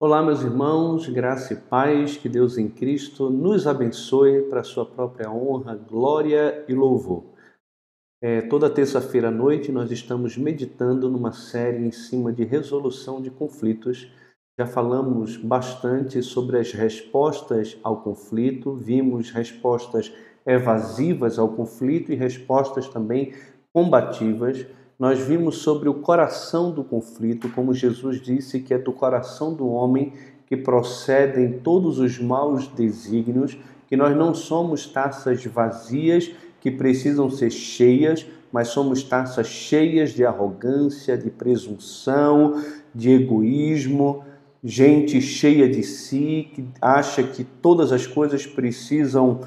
Olá, meus irmãos, graça e paz, que Deus em Cristo nos abençoe para a sua própria honra, glória e louvor. Toda terça-feira à noite nós estamos meditando numa série em cima de resolução de conflitos. Já falamos bastante sobre as respostas ao conflito, vimos respostas evasivas ao conflito e respostas também combativas. Nós vimos sobre o coração do conflito, como Jesus disse que é do coração do homem que procedem todos os maus desígnios, que nós não somos taças vazias que precisam ser cheias, mas somos taças cheias de arrogância, de presunção, de egoísmo, gente cheia de si, que acha que todas as coisas precisam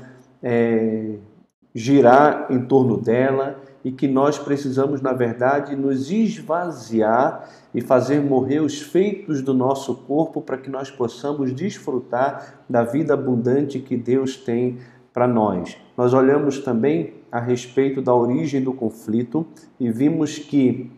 girar em torno dela e que nós precisamos, na verdade, nos esvaziar e fazer morrer os feitos do nosso corpo para que nós possamos desfrutar da vida abundante que Deus tem para nós. Nós olhamos também a respeito da origem do conflito e vimos que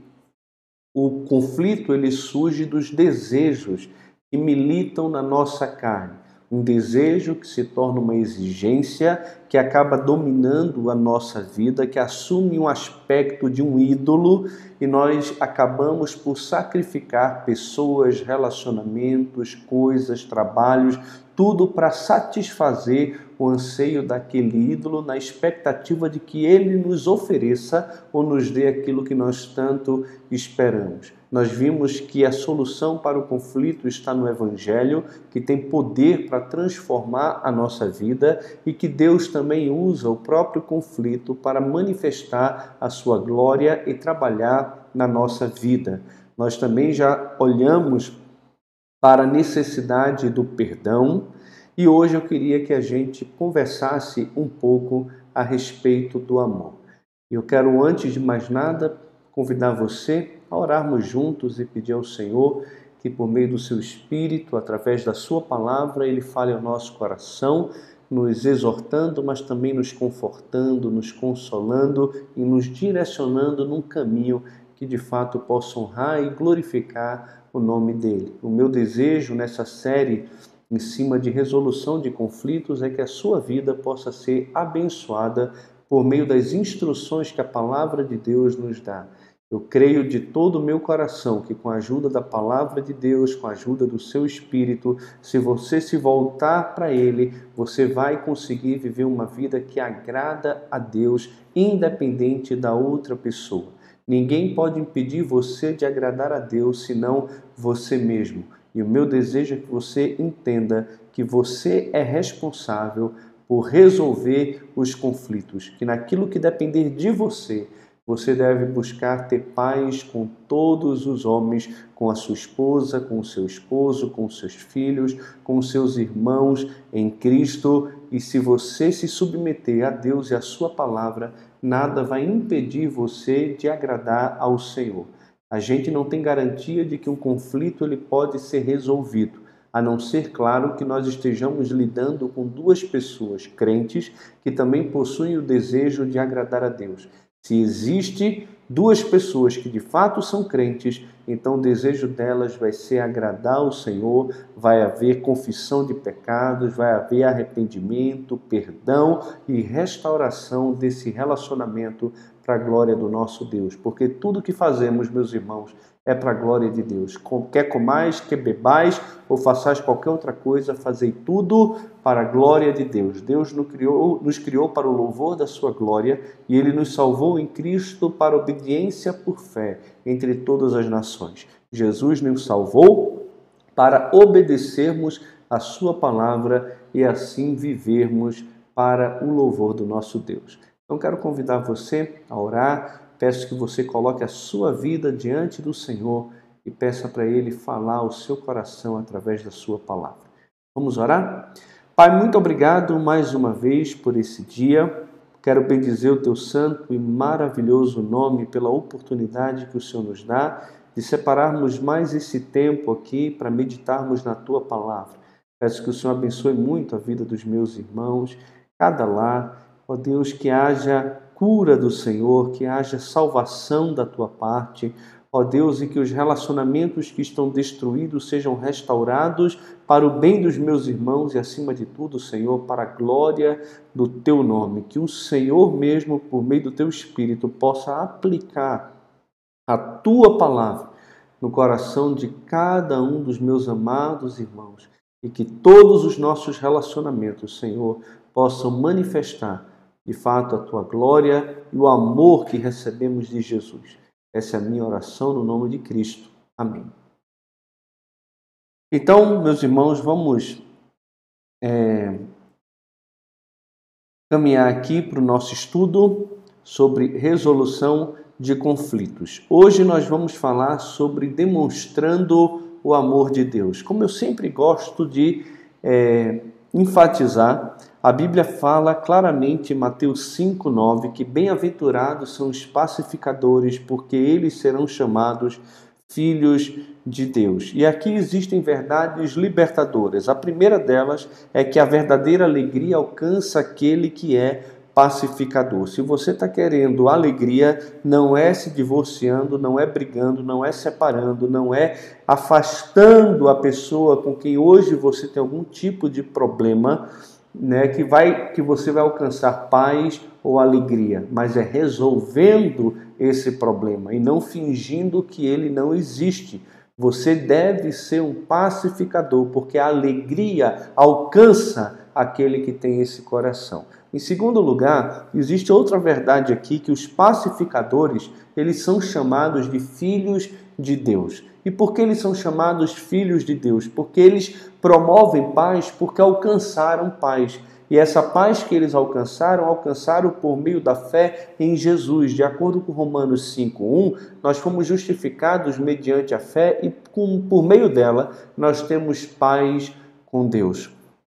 o conflito ele surge dos desejos que militam na nossa carne. Um desejo que se torna uma exigência, que acaba dominando a nossa vida, que assume um aspecto de um ídolo e nós acabamos por sacrificar pessoas, relacionamentos, coisas, trabalhos, tudo para satisfazer o anseio daquele ídolo na expectativa de que ele nos ofereça ou nos dê aquilo que nós tanto esperamos. Nós vimos que a solução para o conflito está no Evangelho, que tem poder para transformar a nossa vida e que Deus também usa o próprio conflito para manifestar a sua glória e trabalhar na nossa vida. Nós também já olhamos para a necessidade do perdão e hoje eu queria que a gente conversasse um pouco a respeito do amor. Eu quero, antes de mais nada, convidar você a orarmos juntos e pedir ao Senhor que, por meio do seu Espírito, através da sua palavra, Ele fale ao nosso coração, nos exortando, mas também nos confortando, nos consolando e nos direcionando num caminho que, de fato, possa honrar e glorificar o nome dEle. O meu desejo nessa série em cima de resolução de conflitos é que a sua vida possa ser abençoada por meio das instruções que a palavra de Deus nos dá. Eu creio de todo o meu coração que com a ajuda da palavra de Deus, com a ajuda do seu Espírito, se você se voltar para Ele, você vai conseguir viver uma vida que agrada a Deus, independente da outra pessoa. Ninguém pode impedir você de agradar a Deus, senão você mesmo. E o meu desejo é que você entenda que você é responsável por resolver os conflitos, que naquilo que depender de você, você deve buscar ter paz com todos os homens, com a sua esposa, com o seu esposo, com os seus filhos, com os seus irmãos em Cristo. E se você se submeter a Deus e a sua palavra, nada vai impedir você de agradar ao Senhor. A gente não tem garantia de que um conflito ele pode ser resolvido, a não ser, claro, que nós estejamos lidando com duas pessoas crentes que também possuem o desejo de agradar a Deus. Se existe duas pessoas que de fato são crentes, então o desejo delas vai ser agradar ao Senhor, vai haver confissão de pecados, vai haver arrependimento, perdão e restauração desse relacionamento para a glória do nosso Deus. Porque tudo que fazemos, meus irmãos, é para a glória de Deus. Quer comais, quer bebais ou façais qualquer outra coisa, fazei tudo para a glória de Deus. Deus nos criou para o louvor da sua glória e Ele nos salvou em Cristo para obediência por fé entre todas as nações. Jesus nos salvou para obedecermos a sua palavra e assim vivermos para o louvor do nosso Deus. Então quero convidar você a orar. Peço que você coloque a sua vida diante do Senhor e peça para Ele falar ao seu coração através da sua palavra. Vamos orar? Pai, muito obrigado mais uma vez por esse dia. Quero bendizer o teu santo e maravilhoso nome pela oportunidade que o Senhor nos dá de separarmos mais esse tempo aqui para meditarmos na tua palavra. Peço que o Senhor abençoe muito a vida dos meus irmãos, cada lar. Ó Deus, que haja cura do Senhor, que haja salvação da tua parte. ó Deus, e que os relacionamentos que estão destruídos sejam restaurados para o bem dos meus irmãos e, acima de tudo, Senhor, para a glória do Teu nome. Que o Senhor mesmo, por meio do Teu Espírito, possa aplicar a Tua palavra no coração de cada um dos meus amados irmãos e que todos os nossos relacionamentos, Senhor, possam manifestar de fato a Tua glória e o amor que recebemos de Jesus. Essa é a minha oração no nome de Cristo. Amém. Então, meus irmãos, vamos caminhar aqui para o nosso estudo sobre resolução de conflitos. Hoje nós vamos falar sobre demonstrando o amor de Deus. Como eu sempre gosto de enfatizar, a Bíblia fala claramente em Mateus 5:9 que bem-aventurados são os pacificadores, porque eles serão chamados filhos de Deus. E aqui existem verdades libertadoras. A primeira delas é que a verdadeira alegria alcança aquele que é pacificador. Se você está querendo alegria, não é se divorciando, não é brigando, não é separando, não é afastando a pessoa com quem hoje você tem algum tipo de problema, né, que você vai alcançar paz ou alegria, mas é resolvendo esse problema e não fingindo que ele não existe. Você deve ser um pacificador, porque a alegria alcança aquele que tem esse coração. Em segundo lugar, existe outra verdade aqui, que os pacificadores, eles são chamados de filhos de Deus. E por que eles são chamados filhos de Deus? Porque eles promovem paz, porque alcançaram paz. E essa paz que eles alcançaram por meio da fé em Jesus. De acordo com Romanos 5:1, nós fomos justificados mediante a fé e por meio dela nós temos paz com Deus.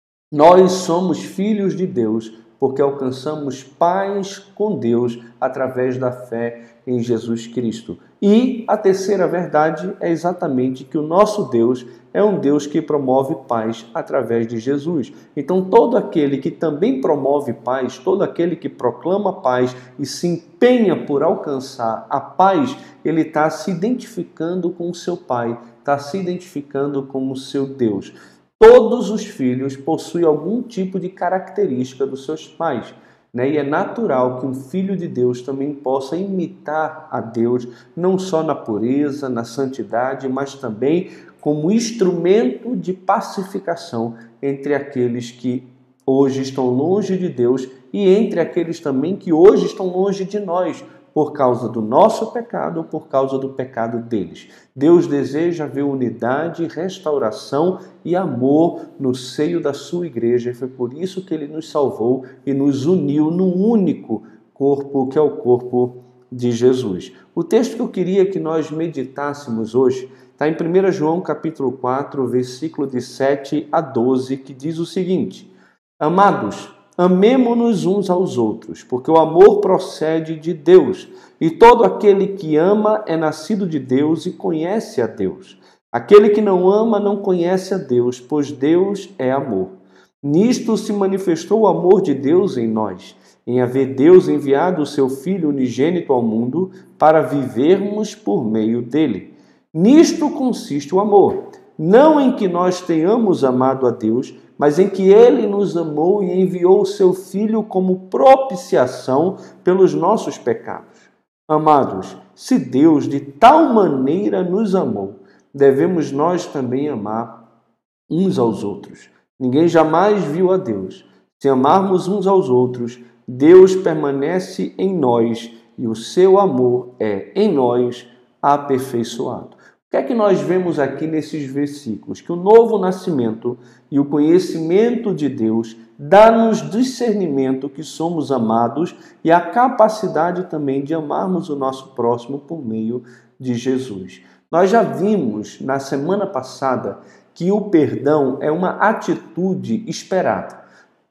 Nós somos filhos de Deus porque alcançamos paz com Deus através da fé em Jesus Cristo. E a terceira verdade é exatamente que o nosso Deus é um Deus que promove paz através de Jesus. Então, todo aquele que também promove paz, todo aquele que proclama paz e se empenha por alcançar a paz, ele está se identificando com o seu Pai, está se identificando com o seu Deus. Todos os filhos possuem algum tipo de característica dos seus pais, né? E é natural que um filho de Deus também possa imitar a Deus, não só na pureza, na santidade, mas também como instrumento de pacificação entre aqueles que hoje estão longe de Deus e entre aqueles também que hoje estão longe de nós, por causa do nosso pecado ou por causa do pecado deles. Deus deseja ver unidade, restauração e amor no seio da sua igreja. E foi por isso que ele nos salvou e nos uniu num único corpo, que é o corpo de Jesus. O texto que eu queria que nós meditássemos hoje está em 1 João capítulo 4, versículo de 7 a 12, que diz o seguinte: Amados, amemo-nos uns aos outros, porque o amor procede de Deus, e todo aquele que ama é nascido de Deus e conhece a Deus. Aquele que não ama não conhece a Deus, pois Deus é amor. Nisto se manifestou o amor de Deus em nós, em haver Deus enviado o seu Filho unigênito ao mundo para vivermos por meio dele. Nisto consiste o amor, não em que nós tenhamos amado a Deus, mas em que Ele nos amou e enviou o seu Filho como propiciação pelos nossos pecados. Amados, se Deus de tal maneira nos amou, devemos nós também amar uns aos outros. Ninguém jamais viu a Deus. Se amarmos uns aos outros, Deus permanece em nós e o seu amor é em nós aperfeiçoado. O que é que nós vemos aqui nesses versículos? Que o novo nascimento e o conhecimento de Deus dá-nos discernimento que somos amados e a capacidade também de amarmos o nosso próximo por meio de Jesus. Nós já vimos na semana passada que o perdão é uma atitude esperada.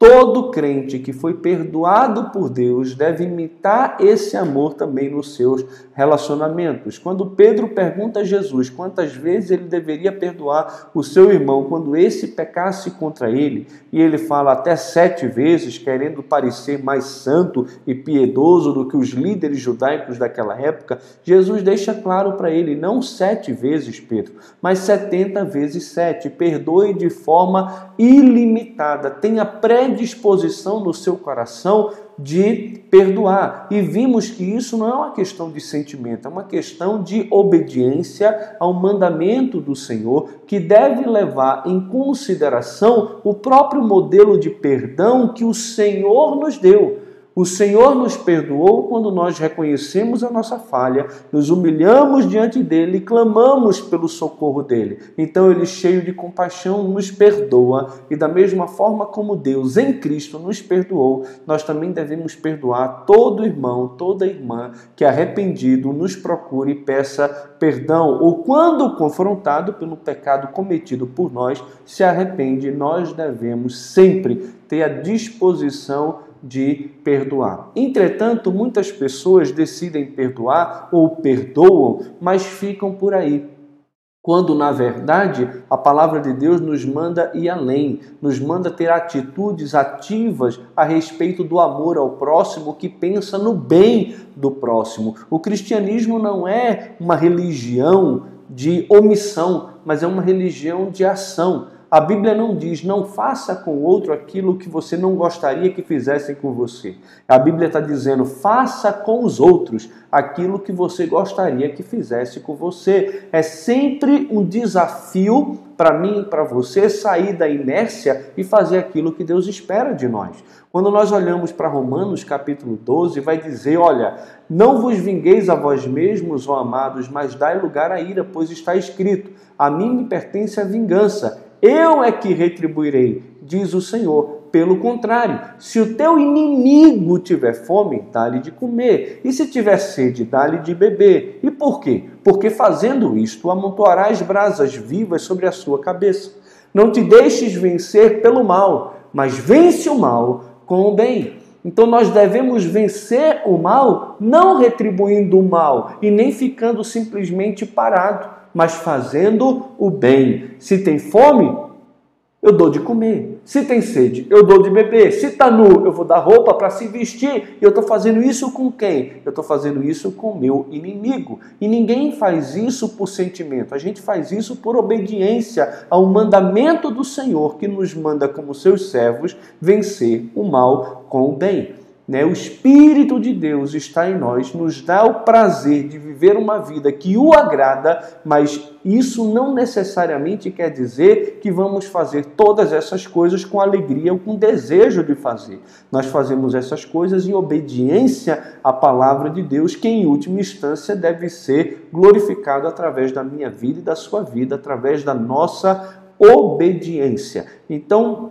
todo crente que foi perdoado por Deus deve imitar esse amor também nos seus relacionamentos. Quando Pedro pergunta a Jesus quantas vezes ele deveria perdoar o seu irmão quando esse pecasse contra ele, e ele fala até 7 vezes, querendo parecer mais santo e piedoso do que os líderes judaicos daquela época, Jesus deixa claro para ele, não 7 vezes, Pedro, mas 70 vezes 7. Perdoe de forma ilimitada, tenha predisposição no seu coração de perdoar. E vimos que isso não é uma questão de sentimento, é uma questão de obediência ao mandamento do Senhor, que deve levar em consideração o próprio modelo de perdão que o Senhor nos deu. O Senhor nos perdoou quando nós reconhecemos a nossa falha, nos humilhamos diante dele e clamamos pelo socorro dele. Então ele, cheio de compaixão, nos perdoa, e da mesma forma como Deus em Cristo nos perdoou, nós também devemos perdoar todo irmão, toda irmã que arrependido nos procure e peça perdão, ou quando confrontado pelo pecado cometido por nós, se arrepende. Nós devemos sempre ter a disposição de perdoar. Entretanto, muitas pessoas decidem perdoar ou perdoam, mas ficam por aí. Quando, na verdade, a palavra de Deus nos manda ir além, nos manda ter atitudes ativas a respeito do amor ao próximo, que pensa no bem do próximo. O cristianismo não é uma religião de omissão, mas é uma religião de ação. A Bíblia não diz, não faça com o outro aquilo que você não gostaria que fizessem com você. A Bíblia está dizendo, faça com os outros aquilo que você gostaria que fizesse com você. É sempre um desafio para mim e para você sair da inércia e fazer aquilo que Deus espera de nós. Quando nós olhamos para Romanos capítulo 12, vai dizer, olha, não vos vingueis a vós mesmos, ó amados, mas dai lugar à ira, pois está escrito, a mim me pertence a vingança. Eu é que retribuirei, diz o Senhor. Pelo contrário, se o teu inimigo tiver fome, dá-lhe de comer. E se tiver sede, dá-lhe de beber. E por quê? Porque fazendo isto, amontoarás brasas vivas sobre a sua cabeça. Não te deixes vencer pelo mal, mas vence o mal com o bem. Então nós devemos vencer o mal, não retribuindo o mal e nem ficando simplesmente parado, mas fazendo o bem. Se tem fome, eu dou de comer. Se tem sede, eu dou de beber. Se está nu, eu vou dar roupa para se vestir. E eu estou fazendo isso com quem? Eu estou fazendo isso com o meu inimigo. E ninguém faz isso por sentimento. A gente faz isso por obediência ao mandamento do Senhor, que nos manda, como seus servos, vencer o mal com o bem. O Espírito de Deus está em nós, nos dá o prazer de viver uma vida que o agrada, mas isso não necessariamente quer dizer que vamos fazer todas essas coisas com alegria ou com desejo de fazer. Nós fazemos essas coisas em obediência à palavra de Deus, que em última instância deve ser glorificado através da minha vida e da sua vida, através da nossa obediência. Então,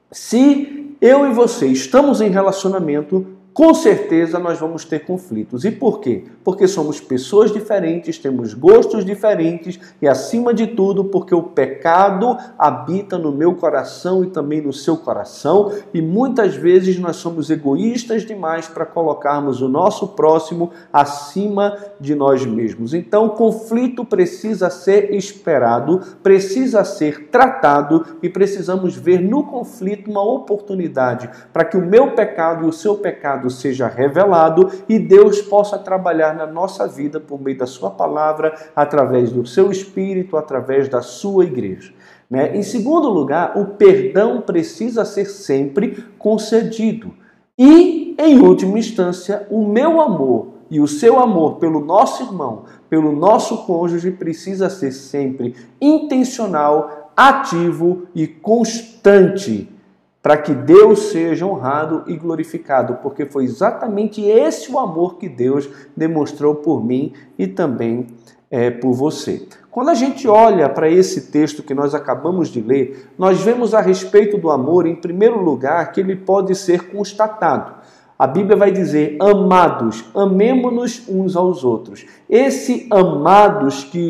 se eu e você estamos em relacionamento, com certeza nós vamos ter conflitos. E por quê? Porque somos pessoas diferentes, temos gostos diferentes e, acima de tudo, porque o pecado habita no meu coração e também no seu coração, e muitas vezes nós somos egoístas demais para colocarmos o nosso próximo acima de nós mesmos. Então, o conflito precisa ser esperado, precisa ser tratado e precisamos ver no conflito uma oportunidade para que o meu pecado e o seu pecado seja revelado e Deus possa trabalhar na nossa vida por meio da sua palavra, através do seu Espírito, através da sua igreja. Em segundo lugar, o perdão precisa ser sempre concedido. E, em última instância, o meu amor e o seu amor pelo nosso irmão, pelo nosso cônjuge, precisa ser sempre intencional, ativo e constante, para que Deus seja honrado e glorificado, porque foi exatamente esse o amor que Deus demonstrou por mim e também por você. Quando a gente olha para esse texto que nós acabamos de ler, nós vemos a respeito do amor, em primeiro lugar, que ele pode ser constatado. A Bíblia vai dizer, amados, amemo-nos uns aos outros. Esse amados que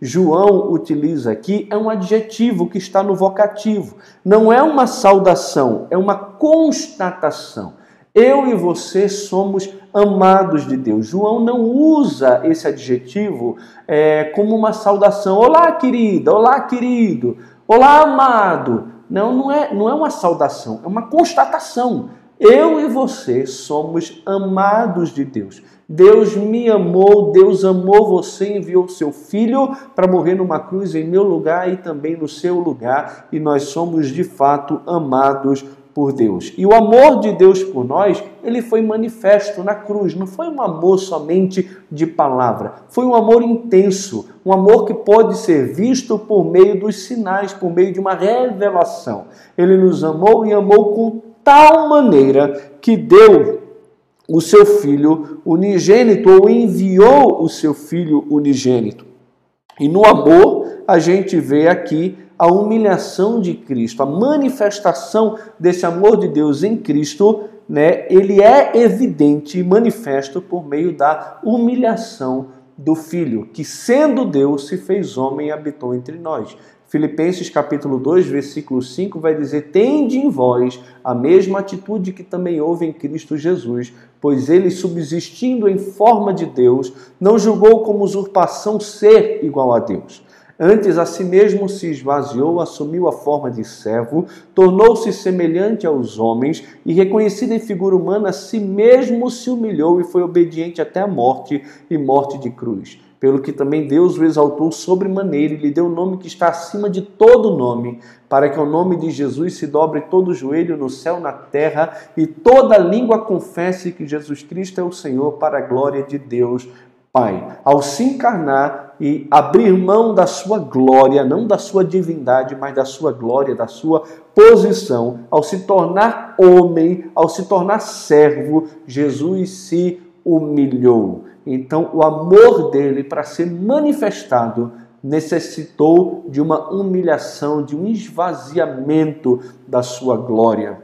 João utiliza aqui é um adjetivo que está no vocativo. Não é uma saudação, é uma constatação. Eu e você somos amados de Deus. João não usa esse adjetivo como uma saudação. Olá, querida, olá, querido, olá, amado. Não é uma saudação, é uma constatação. Eu e você somos amados de Deus. Deus me amou, Deus amou você, enviou seu Filho para morrer numa cruz em meu lugar e também no seu lugar. E nós somos de fato amados por Deus. E o amor de Deus por nós, ele foi manifesto na cruz. Não foi um amor somente de palavra. Foi um amor intenso. Um amor que pode ser visto por meio dos sinais, por meio de uma revelação. Ele nos amou e amou com tal maneira que deu o seu Filho unigênito, ou enviou o seu Filho unigênito. E no amor, a gente vê aqui a humilhação de Cristo, a manifestação desse amor de Deus em Cristo, né? Ele é evidente e manifesto por meio da humilhação do Filho, que sendo Deus se fez homem e habitou entre nós. Filipenses capítulo 2, versículo 5 vai dizer: tende em vós a mesma atitude que também houve em Cristo Jesus, pois ele, subsistindo em forma de Deus, não julgou como usurpação ser igual a Deus. Antes, a si mesmo se esvaziou, assumiu a forma de servo, tornou-se semelhante aos homens e, reconhecido em figura humana, a si mesmo se humilhou e foi obediente até a morte e morte de cruz. Pelo que também Deus o exaltou sobremaneira e lhe deu o nome que está acima de todo nome, para que ao nome de Jesus se dobre todo o joelho no céu, na terra, e toda língua confesse que Jesus Cristo é o Senhor, para a glória de Deus Pai. Ao se encarnar e abrir mão da sua glória, não da sua divindade, mas da sua glória, da sua posição, ao se tornar homem, ao se tornar servo, Jesus se humilhou. Então, o amor dele, para ser manifestado, necessitou de uma humilhação, de um esvaziamento da sua glória.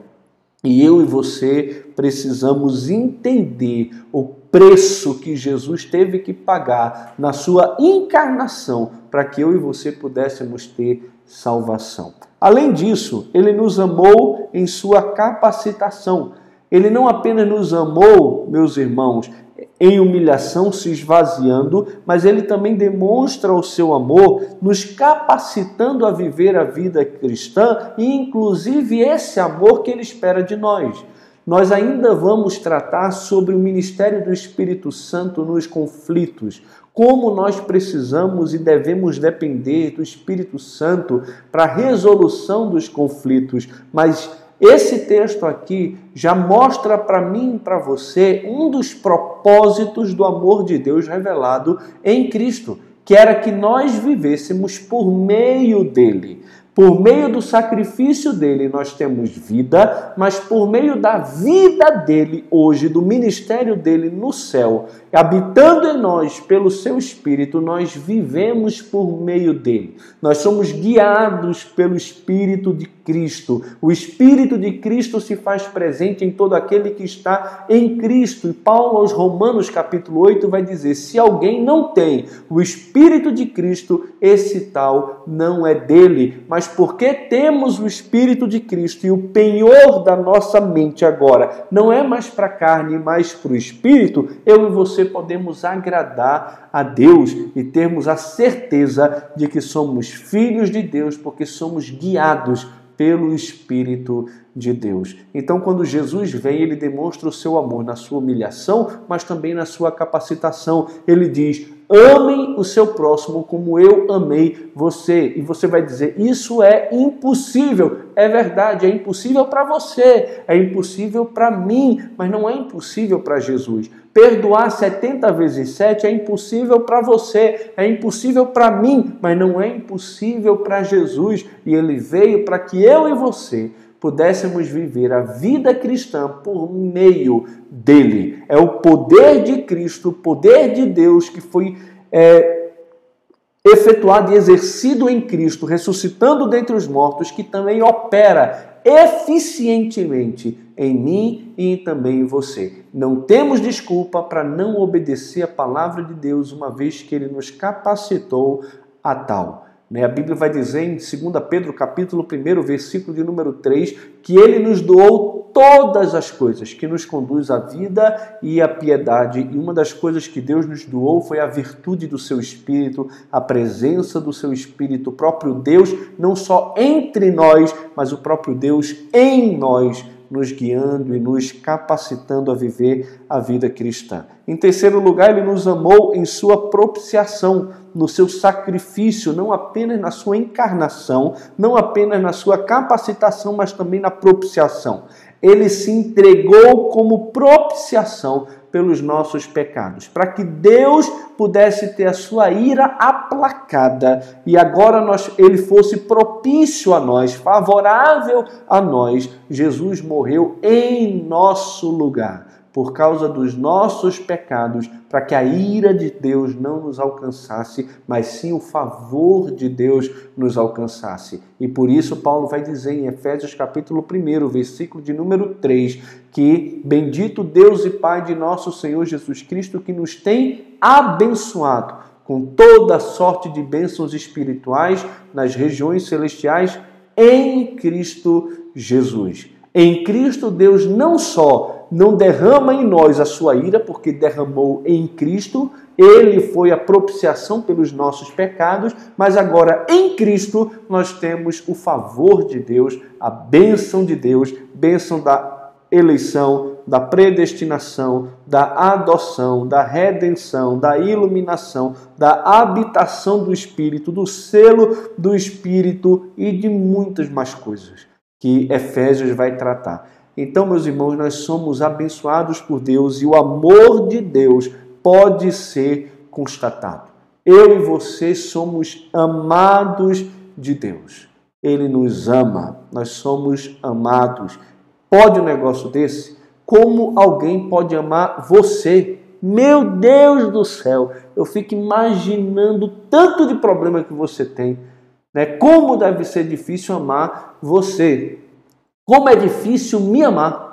E eu e você precisamos entender o preço que Jesus teve que pagar na sua encarnação para que eu e você pudéssemos ter salvação. Além disso, ele nos amou em sua capacitação. Ele não apenas nos amou, meus irmãos, em humilhação, se esvaziando, mas ele também demonstra o seu amor nos capacitando a viver a vida cristã e, inclusive, esse amor que ele espera de nós. Nós ainda vamos tratar sobre o ministério do Espírito Santo nos conflitos, como nós precisamos e devemos depender do Espírito Santo para a resolução dos conflitos, mas esse texto aqui já mostra para mim e para você um dos propósitos do amor de Deus revelado em Cristo, que era que nós vivêssemos por meio dele. Por meio do sacrifício dele nós temos vida, mas por meio da vida dele hoje, do ministério dele no céu, habitando em nós pelo seu Espírito, nós vivemos por meio dele. Nós somos guiados pelo Espírito de Cristo. O Espírito de Cristo se faz presente em todo aquele que está em Cristo. E Paulo aos Romanos capítulo 8 vai dizer: se alguém não tem o Espírito de Cristo, esse tal não é dele. Mas porque temos o Espírito de Cristo e o penhor da nossa mente agora não é mais para a carne, mas para o Espírito, eu e você podemos agradar a Deus e termos a certeza de que somos filhos de Deus, porque somos guiados pelo Espírito de Deus. Então, quando Jesus vem, ele demonstra o seu amor na sua humilhação, mas também na sua capacitação. Ele diz: amem o seu próximo como eu amei você. E você vai dizer: isso é impossível. É verdade, é impossível para você, é impossível para mim, mas não é impossível para Jesus. Perdoar 70 vezes 7 é impossível para você, é impossível para mim, mas não é impossível para Jesus. E ele veio para que eu e você pudéssemos viver a vida cristã por meio dele. É o poder de Cristo, o poder de Deus que foi efetuado e exercido em Cristo, ressuscitando dentre os mortos, que também opera eficientemente em mim e também em você. Não temos desculpa para não obedecer a palavra de Deus, uma vez que ele nos capacitou a tal. A Bíblia vai dizer em 2 Pedro, capítulo 1, versículo de número 3, que Ele nos doou todas as coisas que nos conduz à vida e à piedade. E uma das coisas que Deus nos doou foi a virtude do Seu Espírito, a presença do Seu Espírito, o próprio Deus, não só entre nós, mas o próprio Deus em nós, nos guiando e nos capacitando a viver a vida cristã. Em terceiro lugar, Ele nos amou em sua propiciação, no seu sacrifício, não apenas na sua encarnação, não apenas na sua capacitação, mas também na propiciação. Ele se entregou como propiciação pelos nossos pecados, para que Deus pudesse ter a sua ira aplacada e agora Ele fosse propício a nós, favorável a nós. Jesus morreu em nosso lugar, por causa dos nossos pecados, para que a ira de Deus não nos alcançasse, mas sim o favor de Deus nos alcançasse. E por isso Paulo vai dizer em Efésios capítulo 1, versículo de número 3, que bendito Deus e Pai de nosso Senhor Jesus Cristo, que nos tem abençoado com toda sorte de bênçãos espirituais nas regiões celestiais em Cristo Jesus. Em Cristo, Deus não só não derrama em nós a sua ira, porque derramou em Cristo, Ele foi a propiciação pelos nossos pecados, mas agora em Cristo nós temos o favor de Deus, a bênção de Deus, bênção da eleição, da predestinação, da adoção, da redenção, da iluminação, da habitação do Espírito, do selo do Espírito e de muitas mais coisas que Efésios vai tratar. Então, meus irmãos, nós somos abençoados por Deus e o amor de Deus pode ser constatado. Eu e você somos amados de Deus. Ele nos ama, nós somos amados. Pode um negócio desse? Como alguém pode amar você? Meu Deus do céu, eu fico imaginando tanto de problema que você tem. Como deve ser difícil amar você. Como é difícil me amar.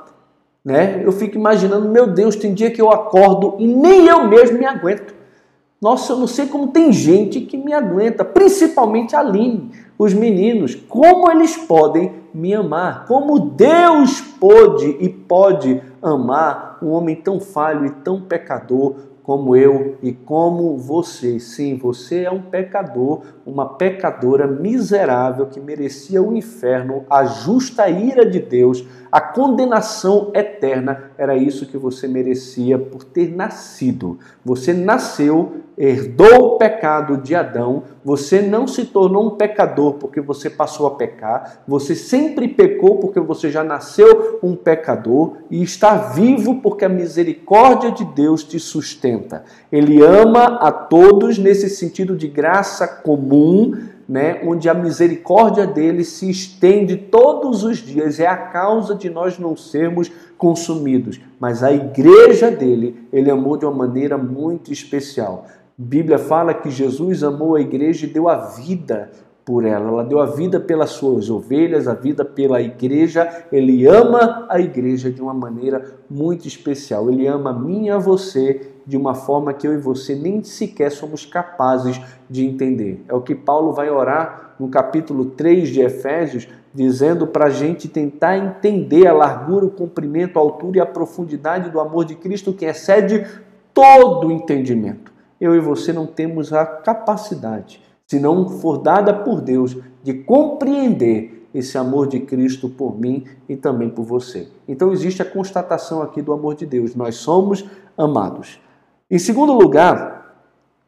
Eu fico imaginando, meu Deus, tem dia que eu acordo e nem eu mesmo me aguento. Nossa, eu não sei como tem gente que me aguenta, principalmente a Aline, os meninos. Como eles podem me amar? Como Deus pôde e pode amar um homem tão falho e tão pecador como eu e como você. Sim, você é um pecador, uma pecadora miserável que merecia o inferno, a justa ira de Deus, a condenação eterna. Era isso que você merecia por ter nascido. Você nasceu, herdou o pecado de Adão, você não se tornou um pecador porque você passou a pecar, você sempre pecou porque você já nasceu um pecador e está vivo porque a misericórdia de Deus te sustenta. Ele ama a todos nesse sentido de graça comum, onde a misericórdia dele se estende todos os dias, é a causa de nós não sermos consumidos. Mas a igreja dele, ele amou de uma maneira muito especial. A Bíblia fala que Jesus amou a igreja e deu a vida por ela. Ela deu a vida pelas suas ovelhas, a vida pela igreja. Ele ama a igreja de uma maneira muito especial. Ele ama a mim e a você de uma forma que eu e você nem sequer somos capazes de entender. É o que Paulo vai orar no capítulo 3 de Efésios, dizendo para a gente tentar entender a largura, o comprimento, a altura e a profundidade do amor de Cristo que excede todo o entendimento. Eu e você não temos a capacidade, se não for dada por Deus, de compreender esse amor de Cristo por mim e também por você. Então existe a constatação aqui do amor de Deus. Nós somos amados. Em segundo lugar,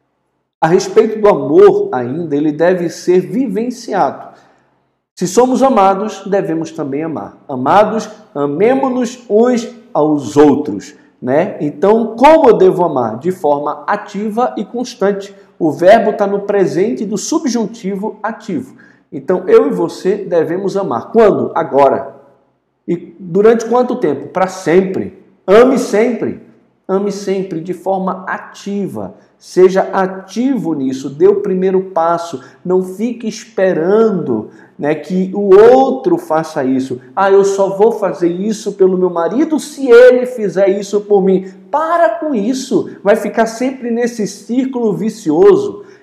a respeito do amor ainda, ele deve ser vivenciado. Se somos amados, devemos também amar. Amados, amemo-nos uns aos outros. Então, como eu devo amar? De forma ativa e constante. O verbo está no presente do subjuntivo ativo. Então, eu e você devemos amar. Quando? Agora. E durante quanto tempo? Para sempre. Ame sempre. Ame sempre de forma ativa. Seja ativo nisso. Dê o primeiro passo. Não fique esperando que o outro faça isso. Eu só vou fazer isso pelo meu marido se ele fizer isso por mim. Para com isso. Vai ficar sempre nesse círculo vicioso.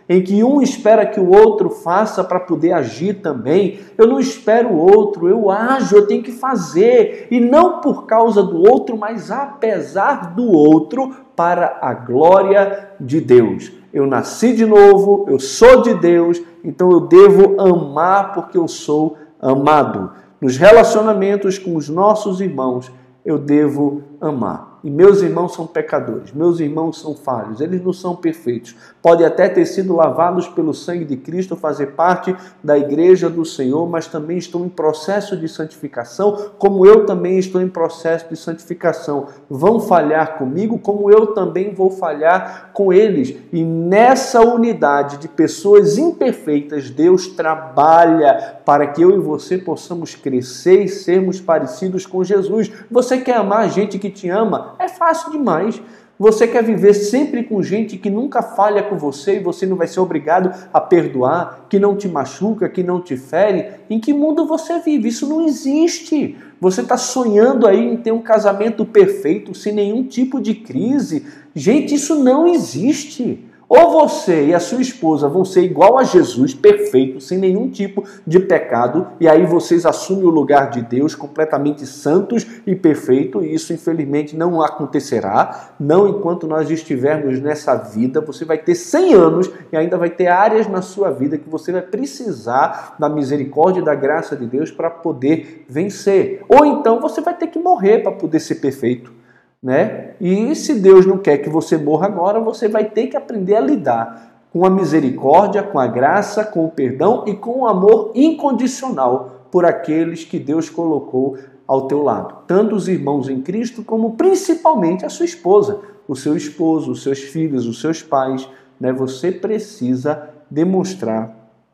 em que um espera que o outro faça para poder agir também. Eu não espero o outro, eu ajo, eu tenho que fazer, e não por causa do outro, mas apesar do outro, para a glória de Deus. Eu nasci de novo, eu sou de Deus, então eu devo amar porque eu sou amado. Nos relacionamentos com os nossos irmãos, eu devo amar. E meus irmãos são pecadores, meus irmãos são falhos, eles não são perfeitos. Podem até ter sido lavados pelo sangue de Cristo, fazer parte da igreja do Senhor, mas também estão em processo de santificação, como eu também estou em processo de santificação. Vão falhar comigo, como eu também vou falhar com eles. E nessa unidade de pessoas imperfeitas, Deus trabalha para que eu e você possamos crescer e sermos parecidos com Jesus. Você quer amar gente que te ama? É fácil demais. Você quer viver sempre com gente que nunca falha com você e você não vai ser obrigado a perdoar, que não te machuca, que não te fere? Em que mundo você vive? Isso não existe. Você está sonhando aí em ter um casamento perfeito, sem nenhum tipo de crise. Gente, isso não existe. Ou você e a sua esposa vão ser igual a Jesus, perfeito, sem nenhum tipo de pecado, e aí vocês assumem o lugar de Deus, completamente santos e perfeitos, e isso infelizmente não acontecerá, não enquanto nós estivermos nessa vida. Você vai ter 100 anos e ainda vai ter áreas na sua vida que você vai precisar da misericórdia e da graça de Deus para poder vencer. Ou então você vai ter que morrer para poder ser perfeito. Né? E se Deus não quer que você morra agora, você vai ter que aprender a lidar com a misericórdia, com a graça, com o perdão e com o amor incondicional por aqueles que Deus colocou ao teu lado. Tanto os irmãos em Cristo, como principalmente a sua esposa, o seu esposo, os seus filhos, os seus pais. Né? Você precisa demonstrar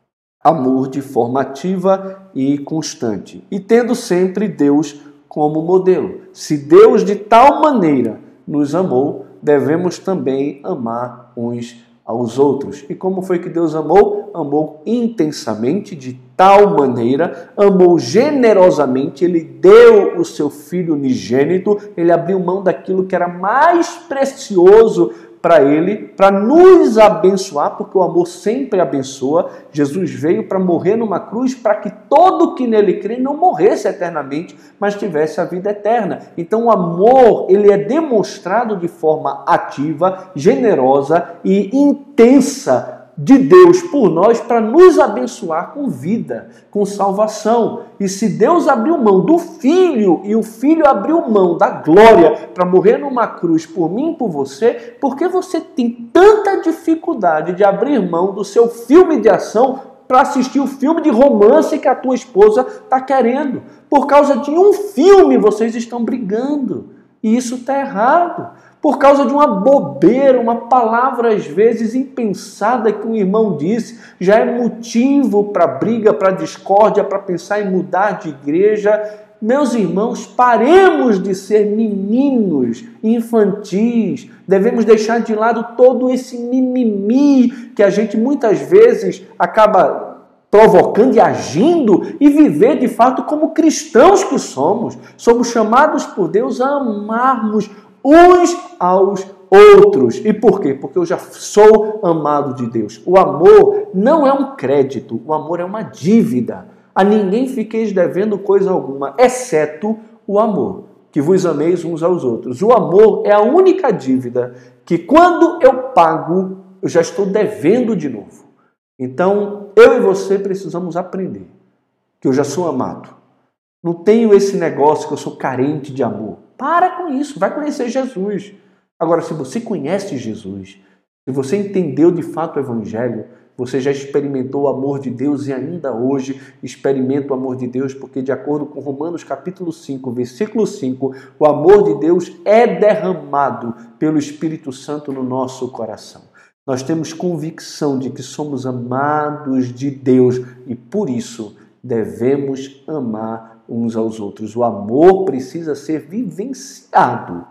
amor de forma ativa e constante. E tendo sempre Deus como modelo. Se Deus de tal maneira nos amou, devemos também amar uns aos outros. E como foi que Deus amou? Amou intensamente, de tal maneira, amou generosamente, Ele deu o seu Filho unigênito, Ele abriu mão daquilo que era mais precioso para Ele, para nos abençoar, porque o amor sempre abençoa. Jesus veio para morrer numa cruz para que todo que nele crê não morresse eternamente, mas tivesse a vida eterna. Então o amor, ele é demonstrado de forma ativa, generosa e intensa de Deus por nós para nos abençoar com vida, com salvação. E se Deus abriu mão do Filho e o Filho abriu mão da glória para morrer numa cruz por mim e por você, por que você tem tanta dificuldade de abrir mão do seu filme de ação para assistir o filme de romance que a tua esposa está querendo? Por causa de um filme vocês estão brigando. E isso está errado. Por causa de uma bobeira, uma palavra às vezes impensada que um irmão disse, já é motivo para briga, para discórdia, para pensar em mudar de igreja. Meus irmãos, paremos de ser meninos infantis. Devemos deixar de lado todo esse mimimi que a gente muitas vezes acaba provocando e agindo, e viver de fato como cristãos que somos. Somos chamados por Deus a amarmos uns aos outros. E por quê? Porque eu já sou amado de Deus. O amor não é um crédito, o amor é uma dívida. A ninguém fiqueis devendo coisa alguma, exceto o amor, que vos ameis uns aos outros. O amor é a única dívida que quando eu pago, eu já estou devendo de novo. Então, eu e você precisamos aprender que eu já sou amado. Não tenho esse negócio que eu sou carente de amor. Para com isso, vai conhecer Jesus. Agora, se você conhece Jesus, se você entendeu de fato o Evangelho, você já experimentou o amor de Deus e ainda hoje experimenta o amor de Deus, porque de acordo com Romanos capítulo 5, versículo 5, o amor de Deus é derramado pelo Espírito Santo no nosso coração. Nós temos convicção de que somos amados de Deus e por isso devemos amar uns aos outros. O amor precisa ser vivenciado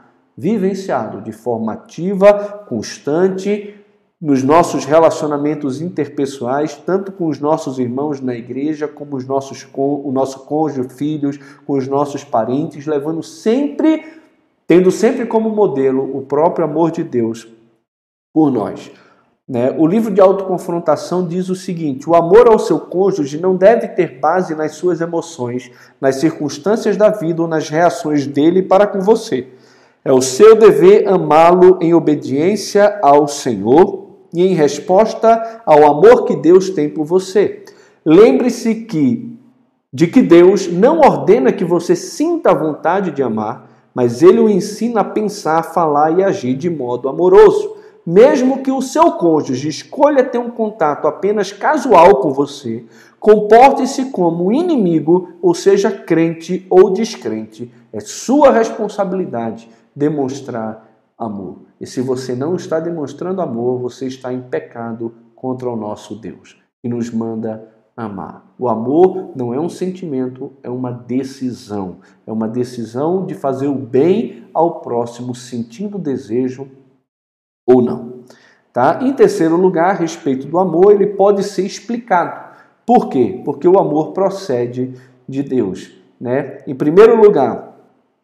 de forma ativa, constante, nos nossos relacionamentos interpessoais, tanto com os nossos irmãos na igreja, como o nosso cônjuge, filhos, com os nossos parentes, tendo sempre como modelo o próprio amor de Deus por nós. né? O livro de autoconfrontação diz o seguinte: o amor ao seu cônjuge não deve ter base nas suas emoções, nas circunstâncias da vida ou nas reações dele para com você. É o seu dever amá-lo em obediência ao Senhor e em resposta ao amor que Deus tem por você. Lembre-se de que Deus não ordena que você sinta a vontade de amar, mas Ele o ensina a pensar, falar e agir de modo amoroso. Mesmo que o seu cônjuge escolha ter um contato apenas casual com você, comporte-se como um inimigo, ou seja, crente ou descrente. É sua responsabilidade demonstrar amor. E se você não está demonstrando amor, você está em pecado contra o nosso Deus, que nos manda amar. O amor não é um sentimento, é uma decisão. É uma decisão de fazer o bem ao próximo, sentindo desejo ou não. Tá? Em terceiro lugar, a respeito do amor, ele pode ser explicado. Por quê? Porque o amor procede de Deus, né? Em primeiro lugar,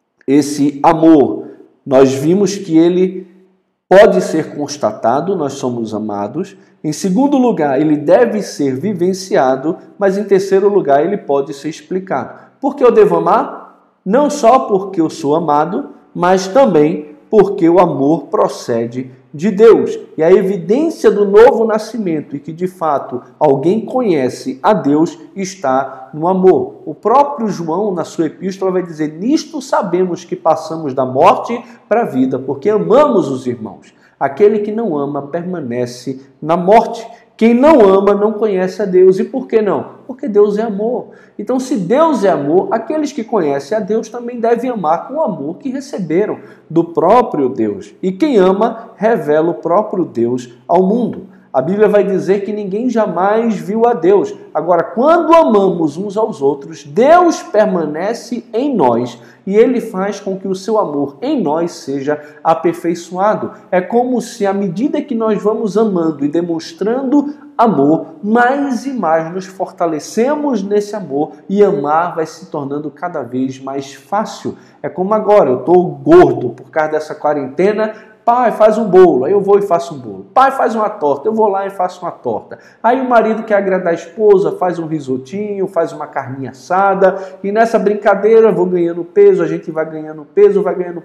esse amor, nós vimos que ele pode ser constatado, nós somos amados. Em segundo lugar, ele deve ser vivenciado, mas em terceiro lugar, ele pode ser explicado. Por que eu devo amar? Não só porque eu sou amado, mas também porque o amor procede de Deus. E a evidência do novo nascimento e que de fato alguém conhece a Deus está no amor. O próprio João, na sua epístola, vai dizer: nisto sabemos que passamos da morte para a vida, porque amamos os irmãos. Aquele que não ama permanece na morte. Quem não ama não conhece a Deus. E por que não? Porque Deus é amor. Então, se Deus é amor, aqueles que conhecem a Deus também devem amar com o amor que receberam do próprio Deus. E quem ama, revela o próprio Deus ao mundo. A Bíblia vai dizer que ninguém jamais viu a Deus. Agora, quando amamos uns aos outros, Deus permanece em nós e Ele faz com que o seu amor em nós seja aperfeiçoado. É como se, à medida que nós vamos amando e demonstrando amor, mais e mais nos fortalecemos nesse amor e amar vai se tornando cada vez mais fácil. É como agora, eu estou gordo por causa dessa quarentena. Pai, faz um bolo, aí eu vou e faço um bolo. Pai, faz uma torta, eu vou lá e faço uma torta. Aí o marido quer agradar a esposa, faz um risotinho, faz uma carninha assada. E nessa brincadeira vou ganhando peso, a gente vai ganhando peso.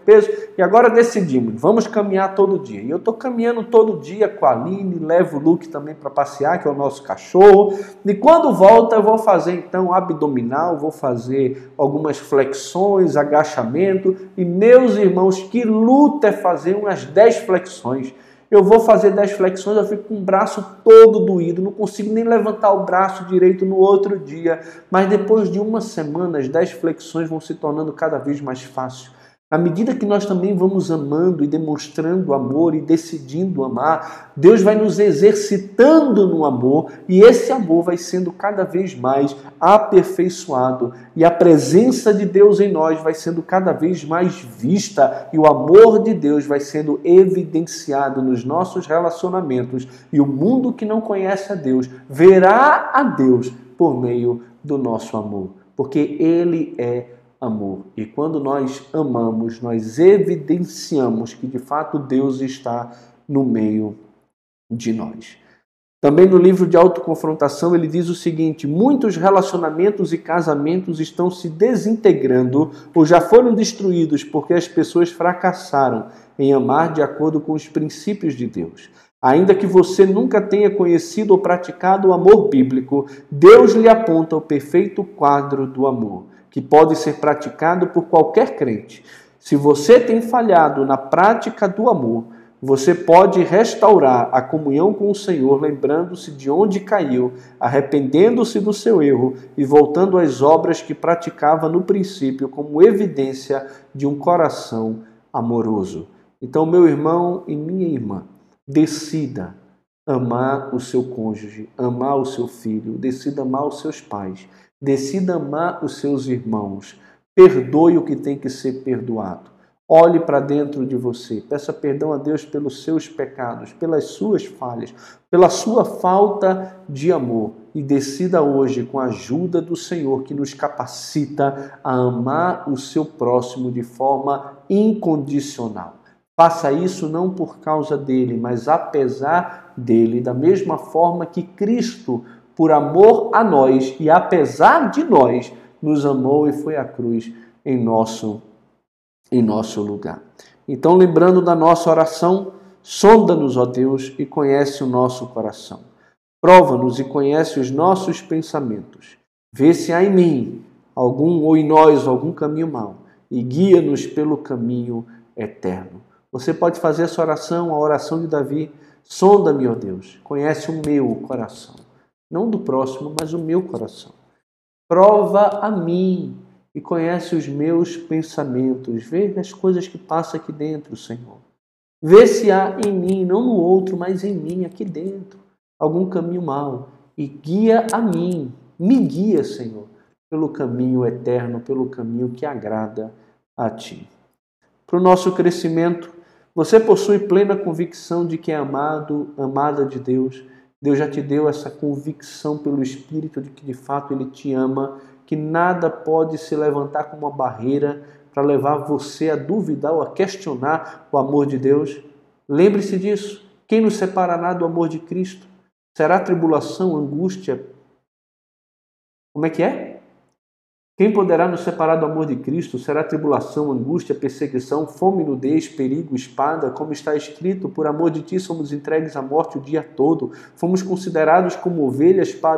E agora decidimos, vamos caminhar todo dia. E eu estou caminhando todo dia com a Aline, levo o Luke também para passear, que é o nosso cachorro. E quando volta eu vou fazer então abdominal, vou fazer algumas flexões, agachamento. E meus irmãos, que luta é fazer umas 10 flexões. Eu vou fazer 10 flexões, eu fico com o braço todo doído, não consigo nem levantar o braço direito no outro dia. Mas depois de uma semana, as 10 flexões vão se tornando cada vez mais fácil. À medida que nós também vamos amando e demonstrando amor e decidindo amar, Deus vai nos exercitando no amor e esse amor vai sendo cada vez mais aperfeiçoado e a presença de Deus em nós vai sendo cada vez mais vista e o amor de Deus vai sendo evidenciado nos nossos relacionamentos e o mundo que não conhece a Deus verá a Deus por meio do nosso amor, porque Ele é amor. E quando nós amamos, nós evidenciamos que de fato Deus está no meio de nós. Também no livro de autoconfrontação ele diz o seguinte: muitos relacionamentos e casamentos estão se desintegrando ou já foram destruídos porque as pessoas fracassaram em amar de acordo com os princípios de Deus. Ainda que você nunca tenha conhecido ou praticado o amor bíblico, Deus lhe aponta o perfeito quadro do amor, que pode ser praticado por qualquer crente. Se você tem falhado na prática do amor, você pode restaurar a comunhão com o Senhor, lembrando-se de onde caiu, arrependendo-se do seu erro e voltando às obras que praticava no princípio, como evidência de um coração amoroso. Então, meu irmão e minha irmã, decida amar o seu cônjuge, amar o seu filho, decida amar os seus pais, decida amar os seus irmãos, perdoe o que tem que ser perdoado. Olhe para dentro de você, peça perdão a Deus pelos seus pecados, pelas suas falhas, pela sua falta de amor e decida hoje, com a ajuda do Senhor que nos capacita a amar o seu próximo de forma incondicional. Faça isso não por causa dele, mas apesar dele, da mesma forma que Cristo, por amor a nós e apesar de nós, nos amou e foi à cruz em nosso lugar. Então, lembrando da nossa oração, sonda-nos, ó Deus, e conhece o nosso coração. Prova-nos e conhece os nossos pensamentos. Vê se há em mim algum ou em nós algum caminho mau e guia-nos pelo caminho eterno. Você pode fazer essa oração, a oração de Davi. Sonda-me, ó Deus, conhece o meu coração. Não do próximo, mas o meu coração. Prova a mim e conhece os meus pensamentos. Vê as coisas que passam aqui dentro, Senhor. Vê se há em mim, não no outro, mas em mim, aqui dentro, algum caminho mau. E guia a mim, me guia, Senhor, pelo caminho eterno, pelo caminho que agrada a Ti. Para o nosso crescimento, você possui plena convicção de que é amado, amada de Deus. Deus já te deu essa convicção pelo Espírito de que de fato Ele te ama, que nada pode se levantar como uma barreira para levar você a duvidar ou a questionar o amor de Deus. Lembre-se disso. Quem nos separará do amor de Cristo? Será tribulação, angústia? Como é que é? Quem poderá nos separar do amor de Cristo? Será tribulação, angústia, perseguição, fome, nudez, perigo, espada? Como está escrito, por amor de Ti somos entregues à morte o dia todo. Fomos considerados como ovelhas para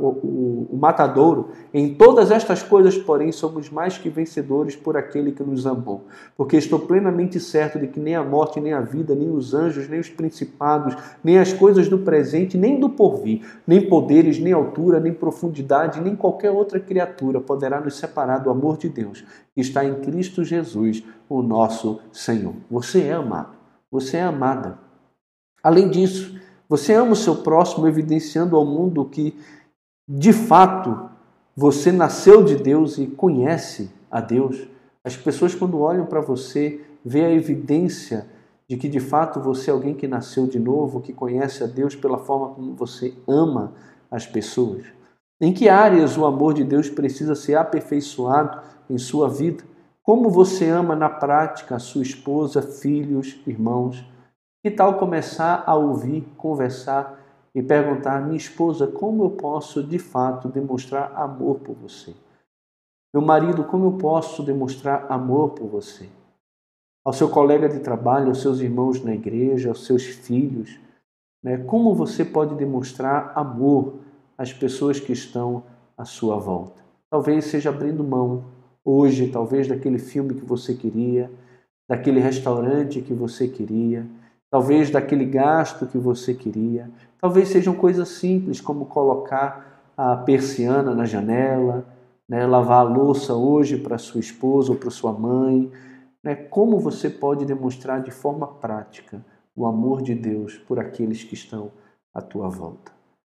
o matadouro. Em todas estas coisas, porém, somos mais que vencedores por aquele que nos amou. Porque estou plenamente certo de que nem a morte, nem a vida, nem os anjos, nem os principados, nem as coisas do presente, nem do porvir, nem poderes, nem altura, nem profundidade, nem qualquer outra criatura poderá nos separar do amor de Deus, que está em Cristo Jesus, o nosso Senhor. Você é amado, você é amada. Além disso, você ama o seu próximo, evidenciando ao mundo que, de fato, você nasceu de Deus e conhece a Deus. As pessoas, quando olham para você, vê a evidência de que, de fato, você é alguém que nasceu de novo, que conhece a Deus pela forma como você ama as pessoas. Em que áreas o amor de Deus precisa ser aperfeiçoado em sua vida? Como você ama na prática a sua esposa, filhos, irmãos? Que tal começar a ouvir, conversar e perguntar: minha esposa, como eu posso de fato demonstrar amor por você? Meu marido, como eu posso demonstrar amor por você? Ao seu colega de trabalho, aos seus irmãos na igreja, aos seus filhos, né? Como você pode demonstrar amor às pessoas que estão à sua volta? Talvez seja abrindo mão hoje, talvez daquele filme que você queria, daquele restaurante que você queria, talvez daquele gasto que você queria. Talvez sejam coisas simples como colocar a persiana na janela, né? Lavar a louça hoje para sua esposa ou para sua mãe. Né? Como você pode demonstrar de forma prática o amor de Deus por aqueles que estão à tua volta?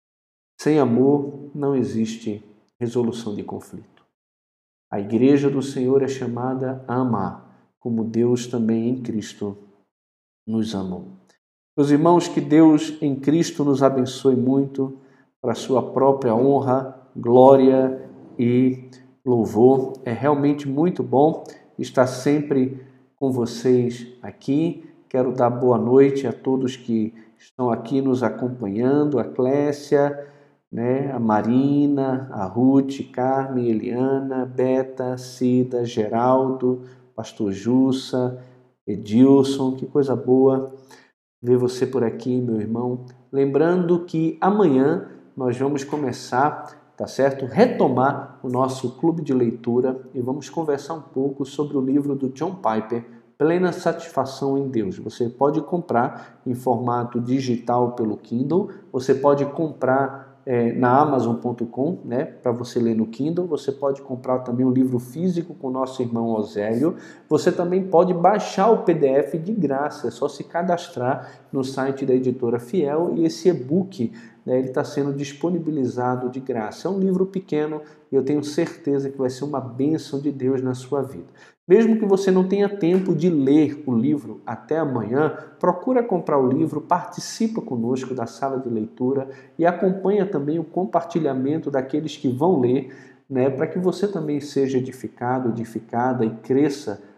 Sem amor não existe resolução de conflito. A igreja do Senhor é chamada a amar, como Deus também em Cristo nos amou. Meus irmãos, que Deus em Cristo nos abençoe muito para a sua própria honra, glória e louvor. É realmente muito bom estar sempre com vocês aqui. Quero dar boa noite a todos que estão aqui nos acompanhando, a Clécia, né, a Marina, a Ruth, Carmen, Eliana, Beta, Cida, Geraldo, Pastor Jussa, Edilson, que coisa boa ver você por aqui, meu irmão. Lembrando que amanhã nós vamos começar, tá certo? Retomar o nosso clube de leitura e vamos conversar um pouco sobre o livro do John Piper, Plena Satisfação em Deus. Você pode comprar em formato digital pelo Kindle, você pode comprar na Amazon.com, né, para você ler no Kindle. Você pode comprar também um livro físico com o nosso irmão Osélio. Você também pode baixar o PDF de graça, é só se cadastrar no site da Editora Fiel e esse e-book, né, ele está sendo disponibilizado de graça. É um livro pequeno e eu tenho certeza que vai ser uma bênção de Deus na sua vida. Mesmo que você não tenha tempo de ler o livro até amanhã, procura comprar o livro, participa conosco da sala de leitura e acompanha também o compartilhamento daqueles que vão ler, né, para que você também seja edificado, edificada e cresça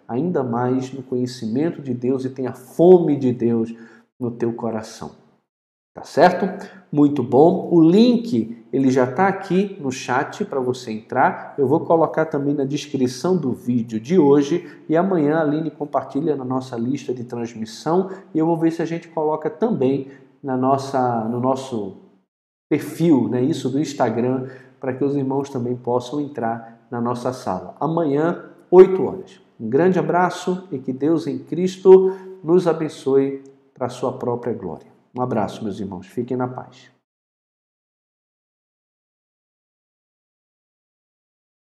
ainda mais no conhecimento de Deus e tenha fome de Deus no teu coração. Tá certo? Muito bom. O link ele já está aqui no chat para você entrar. Eu vou colocar também na descrição do vídeo de hoje e amanhã a Aline compartilha na nossa lista de transmissão e eu vou ver se a gente coloca também no nosso perfil, né, isso do Instagram, para que os irmãos também possam entrar na nossa sala. Amanhã, 8 horas. Um grande abraço e que Deus em Cristo nos abençoe para a sua própria glória. Um abraço, meus irmãos. Fiquem na paz.